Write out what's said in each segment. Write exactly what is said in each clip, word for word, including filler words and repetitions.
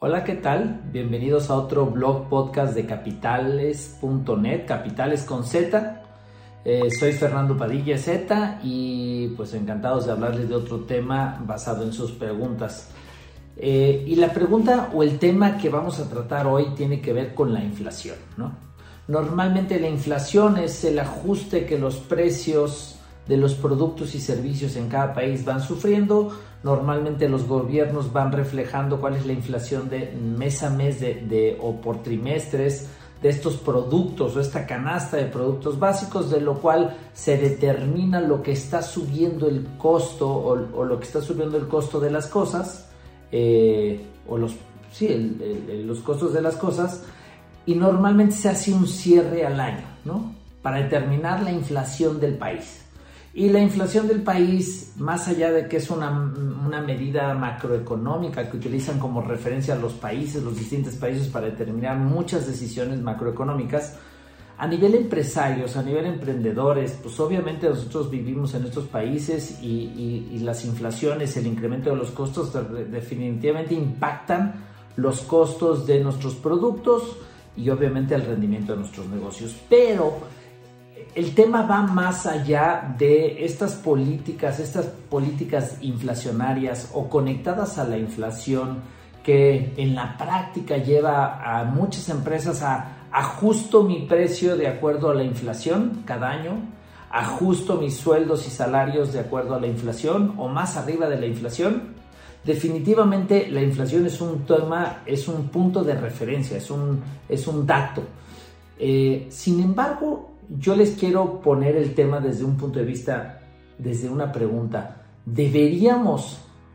Hola, ¿qué tal? Bienvenidos a otro blog podcast de capitales punto net, Capitales con Z. Eh, soy Fernando Padilla Z y pues encantados de hablarles de otro tema basado en sus preguntas. Eh, y la pregunta o el tema que vamos a tratar hoy tiene que ver con la inflación, ¿no? Normalmente la inflación es el ajuste que los precios de los productos y servicios en cada país van sufriendo. Normalmente los gobiernos van reflejando cuál es la inflación de mes a mes de, de, o por trimestres de estos productos o esta canasta de productos básicos, de lo cual se determina lo que está subiendo el costo o, o lo que está subiendo el costo de las cosas, eh, o los, sí, el, el, los costos de las cosas, y normalmente se hace un cierre al año, ¿no? Para determinar la inflación del país. Y la inflación del país, más allá de que es una, una medida macroeconómica que utilizan como referencia a los países, los distintos países para determinar muchas decisiones macroeconómicas, a nivel empresarios, a nivel emprendedores, pues obviamente nosotros vivimos en estos países y, y, y las inflaciones, el incremento de los costos definitivamente impactan los costos de nuestros productos y obviamente el rendimiento de nuestros negocios. Pero el tema va más allá de estas políticas, estas políticas inflacionarias o conectadas a la inflación que en la práctica lleva a muchas empresas a ajusto mi precio de acuerdo a la inflación cada año, ajusto mis sueldos y salarios de acuerdo a la inflación o más arriba de la inflación. Definitivamente la inflación es un tema, es un punto de referencia, es un, es un dato. Eh, sin embargo, yo les quiero poner el tema desde un punto de vista, desde una pregunta. ¿Deberíamos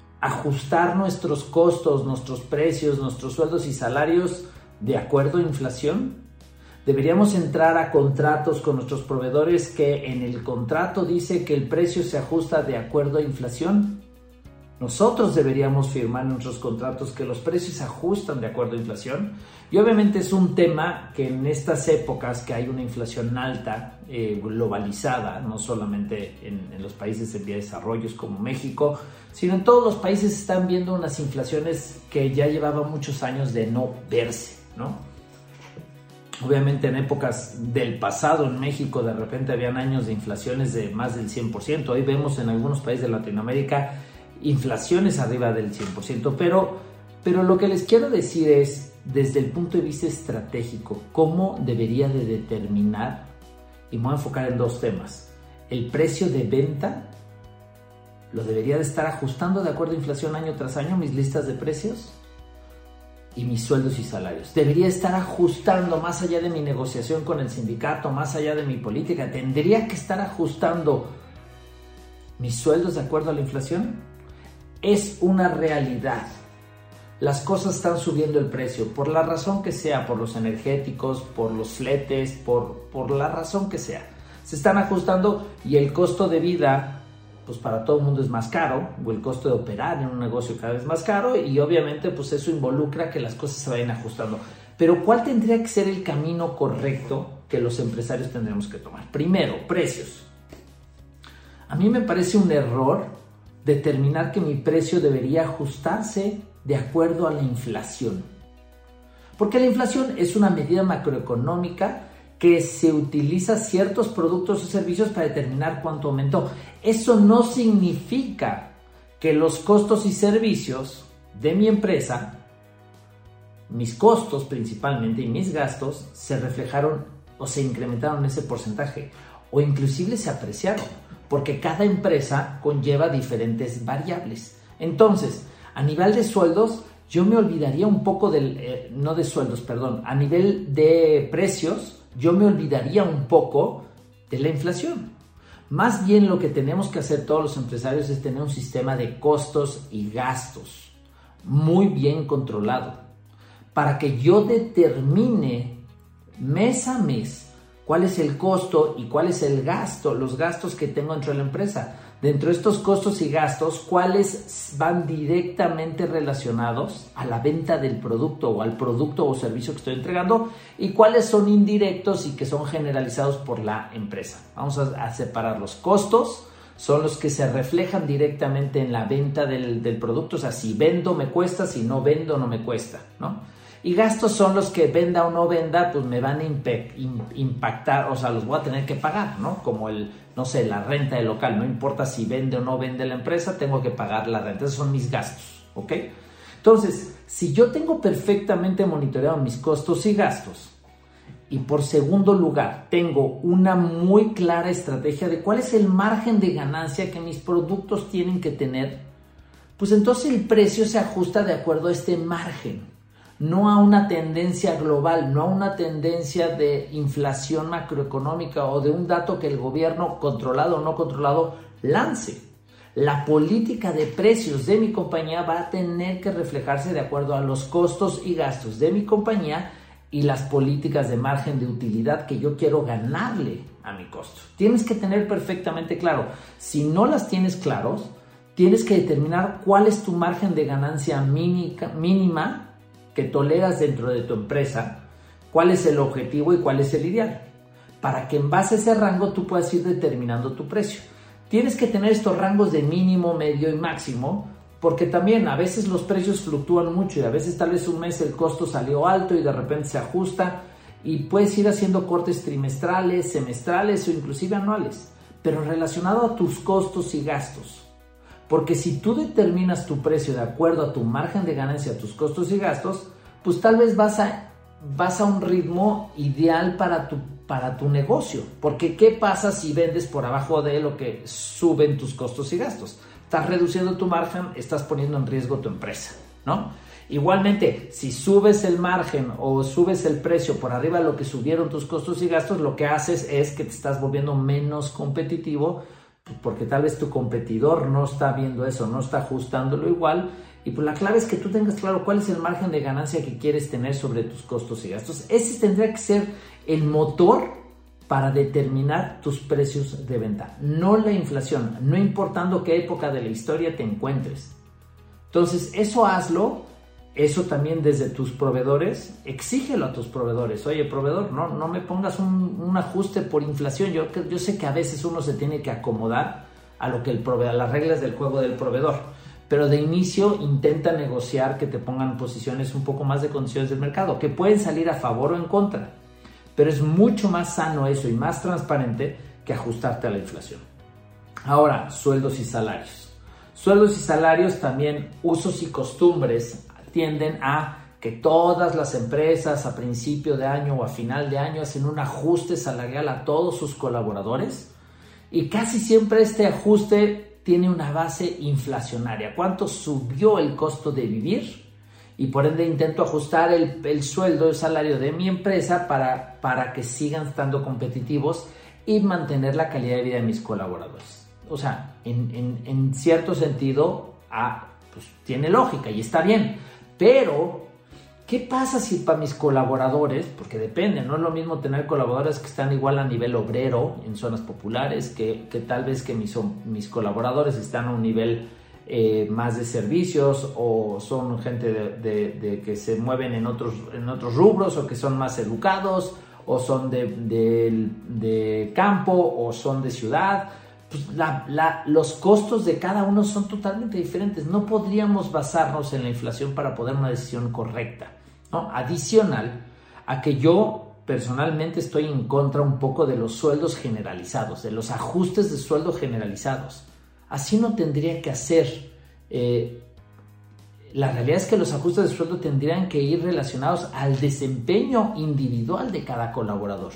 ajustar nuestros costos, nuestros precios, nuestros sueldos y salarios de acuerdo a inflación? ¿Deberíamos entrar a contratos con nuestros proveedores que en el contrato dice que el precio se ajusta de acuerdo a inflación? Nosotros deberíamos firmar nuestros contratos que los precios se ajustan de acuerdo a inflación. Y obviamente es un tema que en estas épocas que hay una inflación alta, eh, globalizada, no solamente en, en los países en vía de desarrollo como México, sino en todos los países están viendo unas inflaciones que ya llevaban muchos años de no verse, ¿no? Obviamente en épocas del pasado en México de repente habían años de inflaciones de más del cien por ciento. Hoy vemos en algunos países de Latinoamérica inflaciones arriba del cien por ciento, pero, pero lo que les quiero decir es, desde el punto de vista estratégico, cómo debería de determinar, y me voy a enfocar en dos temas, el precio de venta, lo debería de estar ajustando de acuerdo a inflación año tras año, mis listas de precios, y mis sueldos y salarios. Debería estar ajustando más allá de mi negociación con el sindicato, más allá de mi política, tendría que estar ajustando mis sueldos de acuerdo a la inflación. Es una realidad. Las cosas están subiendo el precio, por la razón que sea, por los energéticos, por los fletes, por, por la razón que sea. Se están ajustando y el costo de vida, pues para todo el mundo es más caro, o el costo de operar en un negocio cada vez más caro, y obviamente pues eso involucra que las cosas se vayan ajustando. Pero ¿cuál tendría que ser el camino correcto que los empresarios tendremos que tomar? Primero, precios. A mí me parece un error determinar que mi precio debería ajustarse de acuerdo a la inflación. Porque la inflación es una medida macroeconómica que se utiliza ciertos productos o servicios para determinar cuánto aumentó. Eso no significa que los costos y servicios de mi empresa, mis costos principalmente y mis gastos, se reflejaron o se incrementaron en ese porcentaje o inclusive se apreciaron, porque cada empresa conlleva diferentes variables. Entonces, a nivel de sueldos, yo me olvidaría un poco del, eh, no de sueldos, perdón, a nivel de precios, yo me olvidaría un poco de la inflación. Más bien lo que tenemos que hacer todos los empresarios es tener un sistema de costos y gastos muy bien controlado, para que yo determine mes a mes cuál es el costo y cuál es el gasto, los gastos que tengo dentro de la empresa. Dentro de estos costos y gastos, cuáles van directamente relacionados a la venta del producto o al producto o servicio que estoy entregando y cuáles son indirectos y que son generalizados por la empresa. Vamos a, a separar los costos son los que se reflejan directamente en la venta del, del producto. O sea, si vendo me cuesta, si no vendo no me cuesta, ¿no? Y gastos son los que venda o no venda, pues me van a impactar, o sea, los voy a tener que pagar, ¿no? Como el, no sé, la renta del local. No importa si vende o no vende la empresa, tengo que pagar la renta. Esos son mis gastos, ¿ok? Entonces, si yo tengo perfectamente monitoreado mis costos y gastos, y por segundo lugar, tengo una muy clara estrategia de cuál es el margen de ganancia que mis productos tienen que tener, pues entonces el precio se ajusta de acuerdo a este margen, no a una tendencia global, no a una tendencia de inflación macroeconómica o de un dato que el gobierno, controlado o no controlado, lance. La política de precios de mi compañía va a tener que reflejarse de acuerdo a los costos y gastos de mi compañía y las políticas de margen de utilidad que yo quiero ganarle a mi costo. Tienes que tener perfectamente claro. Si no las tienes claros, tienes que determinar cuál es tu margen de ganancia mínima que toleras dentro de tu empresa, cuál es el objetivo y cuál es el ideal, para que en base a ese rango tú puedas ir determinando tu precio. Tienes que tener estos rangos de mínimo, medio y máximo, porque también a veces los precios fluctúan mucho y a veces tal vez un mes el costo salió alto y de repente se ajusta y puedes ir haciendo cortes trimestrales, semestrales o inclusive anuales, pero relacionado a tus costos y gastos. Porque si tú determinas tu precio de acuerdo a tu margen de ganancia, a tus costos y gastos, pues tal vez vas a, vas a un ritmo ideal para tu, para tu negocio. Porque ¿qué pasa si vendes por abajo de lo que suben tus costos y gastos? Estás reduciendo tu margen, estás poniendo en riesgo tu empresa, ¿no? Igualmente, si subes el margen o subes el precio por arriba de lo que subieron tus costos y gastos, lo que haces es que te estás volviendo menos competitivo, porque tal vez tu competidor no está viendo eso, no está ajustándolo igual. Y pues la clave es que tú tengas claro cuál es el margen de ganancia que quieres tener sobre tus costos y gastos. Ese tendría que ser el motor para determinar tus precios de venta, no la inflación, no importando qué época de la historia te encuentres. Entonces, eso hazlo, eso también desde tus proveedores, exígelo a tus proveedores. Oye, proveedor, no, no me pongas un, un ajuste por inflación. Yo, yo sé que a veces uno se tiene que acomodar a lo que el proveedor, a las reglas del juego del proveedor, pero de inicio intenta negociar que te pongan posiciones un poco más de condiciones del mercado, que pueden salir a favor o en contra. Pero es mucho más sano eso y más transparente que ajustarte a la inflación. Ahora, sueldos y salarios. Sueldos y salarios también, usos y costumbres tienden a que todas las empresas a principio de año o a final de año hacen un ajuste salarial a todos sus colaboradores y casi siempre este ajuste tiene una base inflacionaria. ¿Cuánto subió el costo de vivir? Y por ende intento ajustar el, el sueldo, el salario de mi empresa para, para que sigan estando competitivos y mantener la calidad de vida de mis colaboradores. O sea, en, en, en cierto sentido, ah, pues tiene lógica y está bien. Pero, ¿qué pasa si para mis colaboradores, porque depende, no es lo mismo tener colaboradores que están igual a nivel obrero en zonas populares, que, que tal vez que mis, mis colaboradores están a un nivel Eh, más de servicios o son gente de, de, de que se mueven en otros, en otros rubros o que son más educados o son de, de, de campo o son de ciudad? Pues la, la, los costos de cada uno son totalmente diferentes. No podríamos basarnos en la inflación para poder una decisión correcta, ¿no? Adicional a que yo personalmente estoy en contra un poco de los sueldos generalizados, de los ajustes de sueldo generalizados. Así no tendría que hacer. Eh, la realidad es que los ajustes de sueldo tendrían que ir relacionados al desempeño individual de cada colaborador.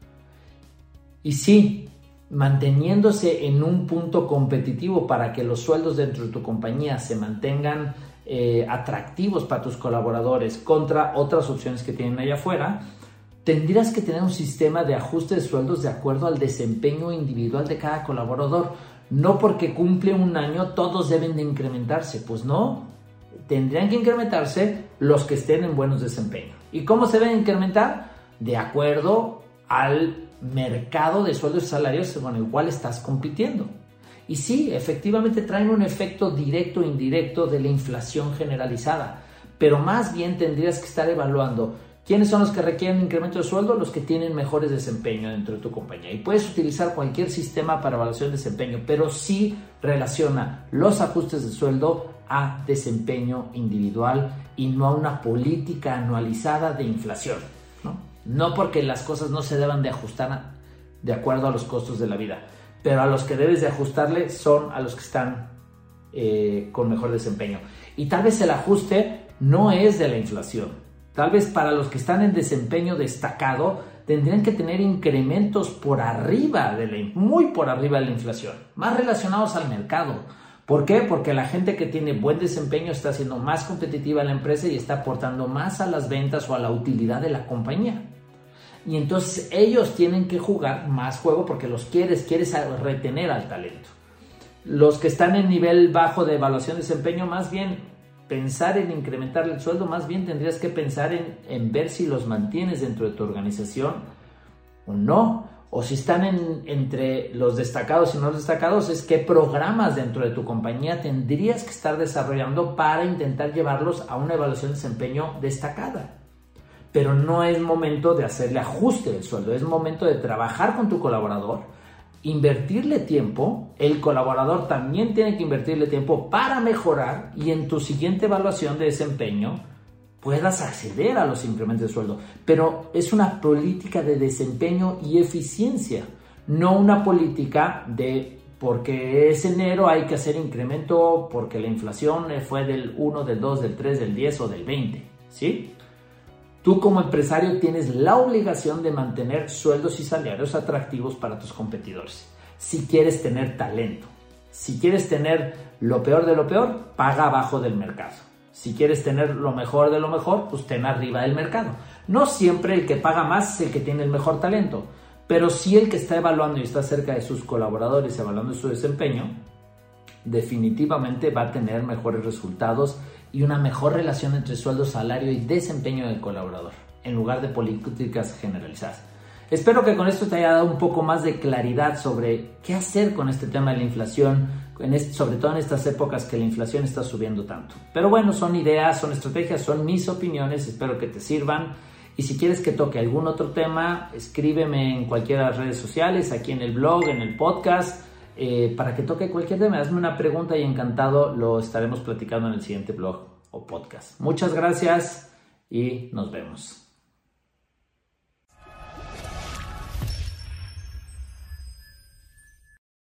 Y sí, manteniéndose en un punto competitivo para que los sueldos dentro de tu compañía se mantengan eh, atractivos para tus colaboradores contra otras opciones que tienen allá afuera, tendrías que tener un sistema de ajuste de sueldos de acuerdo al desempeño individual de cada colaborador. No porque cumple un año todos deben de incrementarse, pues no, tendrían que incrementarse los que estén en buenos desempeños. ¿Y cómo se deben incrementar? De acuerdo al mercado de sueldos y salarios con el cual estás compitiendo. Y sí, efectivamente traen un efecto directo e indirecto de la inflación generalizada, pero más bien tendrías que estar evaluando ¿Quiénes son los que requieren incremento de sueldo? Los que tienen mejores desempeño dentro de tu compañía. Y puedes utilizar cualquier sistema para evaluación de desempeño, pero sí relaciona los ajustes de sueldo a desempeño individual y no a una política anualizada de inflación, ¿no? No porque las cosas no se deban de ajustar de acuerdo a los costos de la vida, pero a los que debes de ajustarle son a los que están eh, con mejor desempeño. Y tal vez el ajuste no es de la inflación. Tal vez para los que están en desempeño destacado tendrían que tener incrementos por arriba, de la, muy por arriba de la inflación, más relacionados al mercado. ¿Por qué? Porque la gente que tiene buen desempeño está siendo más competitiva en la empresa y está aportando más a las ventas o a la utilidad de la compañía. Y entonces ellos tienen que jugar más juego porque los quieres, quieres retener al talento. Los que están en nivel bajo de evaluación de desempeño, más bien pensar en incrementar el sueldo, más bien tendrías que pensar en, en ver si los mantienes dentro de tu organización o no, o si están en, entre los destacados y no los destacados, es qué programas dentro de tu compañía tendrías que estar desarrollando para intentar llevarlos a una evaluación de desempeño destacada. Pero no es momento de hacerle ajuste del sueldo, es momento de trabajar con tu colaborador, invertirle tiempo. El colaborador también tiene que invertirle tiempo para mejorar y en tu siguiente evaluación de desempeño puedas acceder a los incrementos de sueldo. Pero es una política de desempeño y eficiencia, no una política de porque es enero hay que hacer incremento porque la inflación fue del uno, del dos, del tres, del diez o del veinte, ¿sí? Tú como empresario tienes la obligación de mantener sueldos y salarios atractivos para tus competidores. Si quieres tener talento, si quieres tener lo peor de lo peor, paga abajo del mercado. Si quieres tener lo mejor de lo mejor, pues ten arriba del mercado. No siempre el que paga más es el que tiene el mejor talento, pero sí el que está evaluando y está cerca de sus colaboradores, evaluando su desempeño, definitivamente va a tener mejores resultados y una mejor relación entre sueldo, salario y desempeño del colaborador, en lugar de políticas generalizadas. Espero que con esto te haya dado un poco más de claridad sobre qué hacer con este tema de la inflación, en este, sobre todo en estas épocas que la inflación está subiendo tanto. Pero bueno, son ideas, son estrategias, son mis opiniones, espero que te sirvan. Y si quieres que toque algún otro tema, escríbeme en cualquiera de las redes sociales, aquí en el blog, en el podcast, Eh, para que toque cualquier tema. Hazme una pregunta y encantado lo estaremos platicando en el siguiente blog o podcast. Muchas gracias y nos vemos.